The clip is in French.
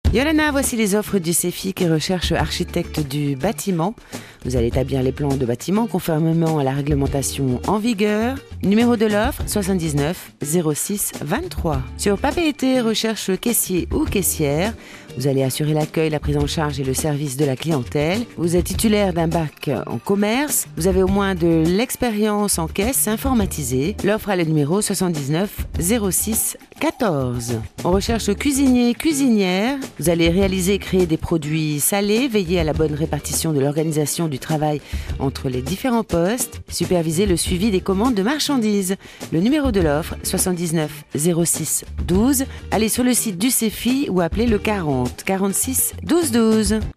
Yolana, voici les offres du CEFI qui recherche architecte du bâtiment. Vous allez établir les plans de bâtiment conformément à la réglementation en vigueur. Numéro de l'offre 79 06 23. Sur Papeete, recherche caissier ou caissière. Vous allez assurer l'accueil, la prise en charge et le service de la clientèle. Vous êtes titulaire d'un bac en commerce. Vous avez au moins de l'expérience en caisse informatisée. L'offre a le numéro 79 06 14. On recherche cuisinier, cuisinière. Vous allez réaliser et créer des produits salés, veiller à la bonne répartition de l'organisation du travail entre les différents postes, superviser le suivi des commandes de marchandises. Le numéro de l'offre 79 06 12. Allez sur le site du CEFI ou appelez le 40 46 12 12.